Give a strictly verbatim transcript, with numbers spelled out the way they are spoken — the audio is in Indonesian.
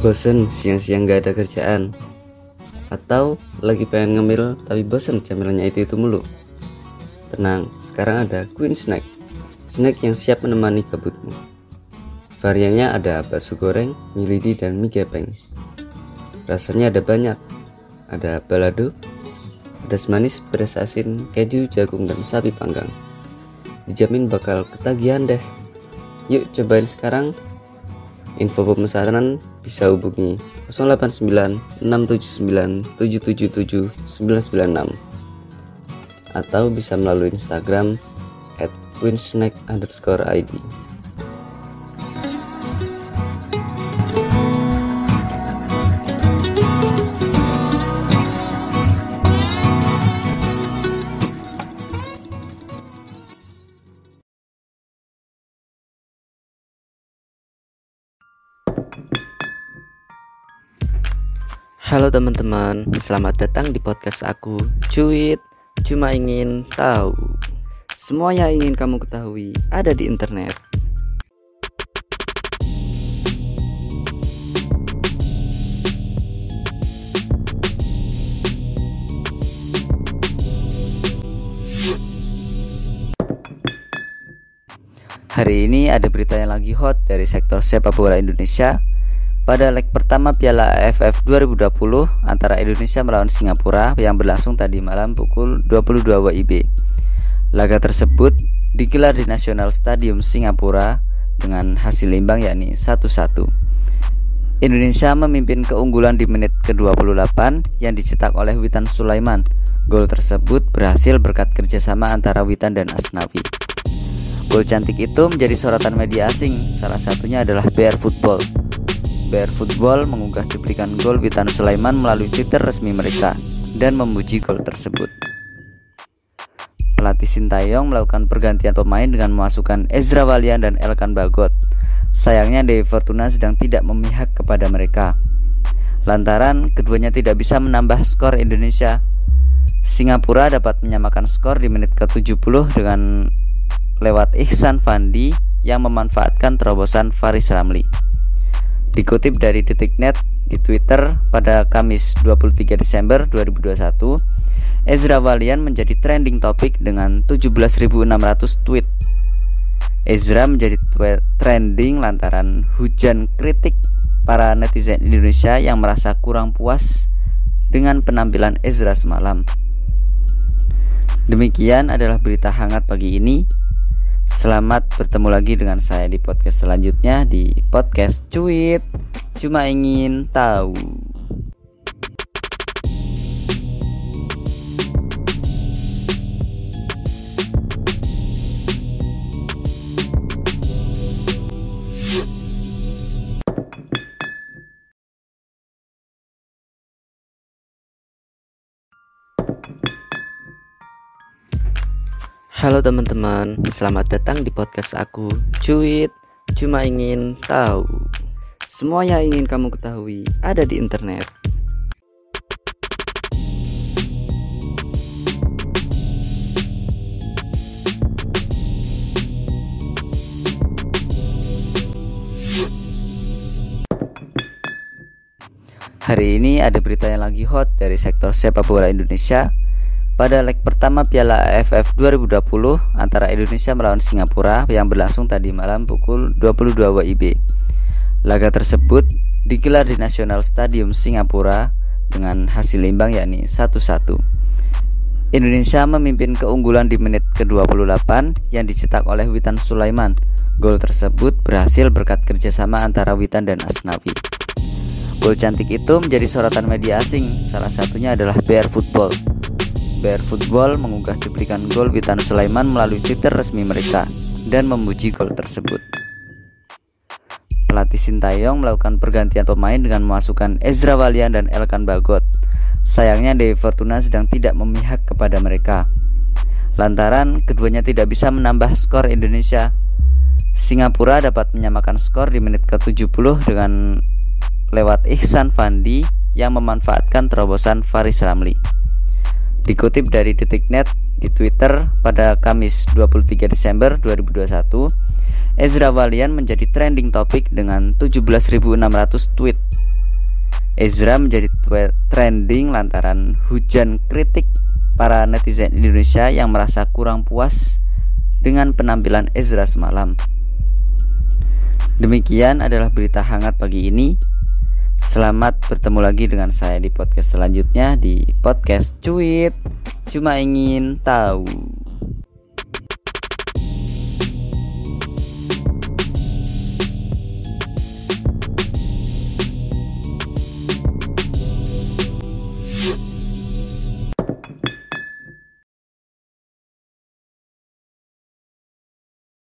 Bosen siang-siang gak ada kerjaan? Atau lagi pengen ngemil tapi bosen camilannya itu-itu mulu? Tenang, sekarang ada Queen Snack, snack yang siap menemani kabutmu. Variannya ada bakso goreng, mie lidi, dan mie gepeng. Rasanya ada banyak, ada balado, pedas manis, pedas asin, keju, jagung, dan sapi panggang. Dijamin bakal ketagihan deh. Yuk cobain sekarang. Info pemesanan bisa hubungi nol delapan sembilan enam tujuh sembilan tujuh tujuh tujuh sembilan sembilan enam atau bisa melalui Instagram at queensnack underscore id. Halo teman-teman, selamat datang di podcast aku, Cuit, cuma ingin tahu. Semua yang ingin kamu ketahui ada di internet. Hari ini ada berita yang lagi hot dari sektor sepak bola Indonesia. Pada leg pertama Piala A F F dua ribu dua puluh antara Indonesia melawan Singapura yang berlangsung tadi malam pukul dua puluh dua W I B. Laga tersebut digelar di National Stadium Singapura dengan hasil imbang yakni satu satu. Indonesia memimpin keunggulan di menit ke dua puluh delapan yang dicetak oleh Witan Sulaiman. Gol tersebut berhasil berkat kerjasama antara Witan dan Asnawi. Gol cantik itu menjadi sorotan media asing, salah satunya adalah B R Football. B R Football mengunggah cuplikan gol Witan Sulaiman melalui Twitter resmi mereka dan memuji gol tersebut. Pelatih Sintayong melakukan pergantian pemain dengan memasukkan Ezra Walian dan Elkan Bagot. Sayangnya Dewi Fortuna sedang tidak memihak kepada mereka, lantaran keduanya tidak bisa menambah skor Indonesia. Singapura dapat menyamakan skor di menit ke tujuh puluh dengan lewat Ihsan Fandi yang memanfaatkan terobosan Faris Ramli. Dikutip dari Detiknet di Twitter pada Kamis dua puluh tiga Desember dua ribu dua puluh satu, Ezra Walian menjadi trending topik dengan tujuh belas ribu enam ratus tweet. Ezra menjadi trending lantaran hujan kritik para netizen Indonesia yang merasa kurang puas dengan penampilan Ezra semalam. Demikian adalah berita hangat pagi ini. Selamat bertemu lagi dengan saya di podcast selanjutnya di podcast Cuit, cuma ingin tahu. Halo teman-teman, selamat datang di podcast aku, Cuit, cuma ingin tahu. Semua yang ingin kamu ketahui ada di internet. Hari ini ada berita yang lagi hot dari sektor sepak bola Indonesia. Pada leg pertama Piala A F F dua ribu dua puluh antara Indonesia melawan Singapura yang berlangsung tadi malam pukul dua puluh dua W I B. Laga tersebut digelar di National Stadium Singapura dengan hasil imbang yakni satu satu. Indonesia memimpin keunggulan di menit ke dua puluh delapan yang dicetak oleh Witan Sulaiman. Gol tersebut berhasil berkat kerjasama antara Witan dan Asnawi. Gol cantik itu menjadi sorotan media asing, salah satunya adalah B R Football. B R Football mengunggah cuplikan gol Witan Sulaiman melalui Twitter resmi mereka dan memuji gol tersebut. Pelatih Sintayong melakukan pergantian pemain dengan memasukkan Ezra Walian dan Elkan Bagot. Sayangnya Dewi Fortuna sedang tidak memihak kepada mereka, lantaran keduanya tidak bisa menambah skor Indonesia. Singapura dapat menyamakan skor di menit ke tujuh puluh dengan lewat Ihsan Fandi yang memanfaatkan terobosan Faris Ramli. Dikutip dari Detiknet di Twitter pada Kamis dua puluh tiga Desember dua ribu dua puluh satu, Ezra Walian menjadi trending topik dengan tujuh belas ribu enam ratus tweet. Ezra menjadi trending lantaran hujan kritik para netizen Indonesia yang merasa kurang puas dengan penampilan Ezra semalam. Demikian adalah berita hangat pagi ini. Selamat bertemu lagi dengan saya di podcast selanjutnya, di podcast Cuit Cuma Ingin Tahu.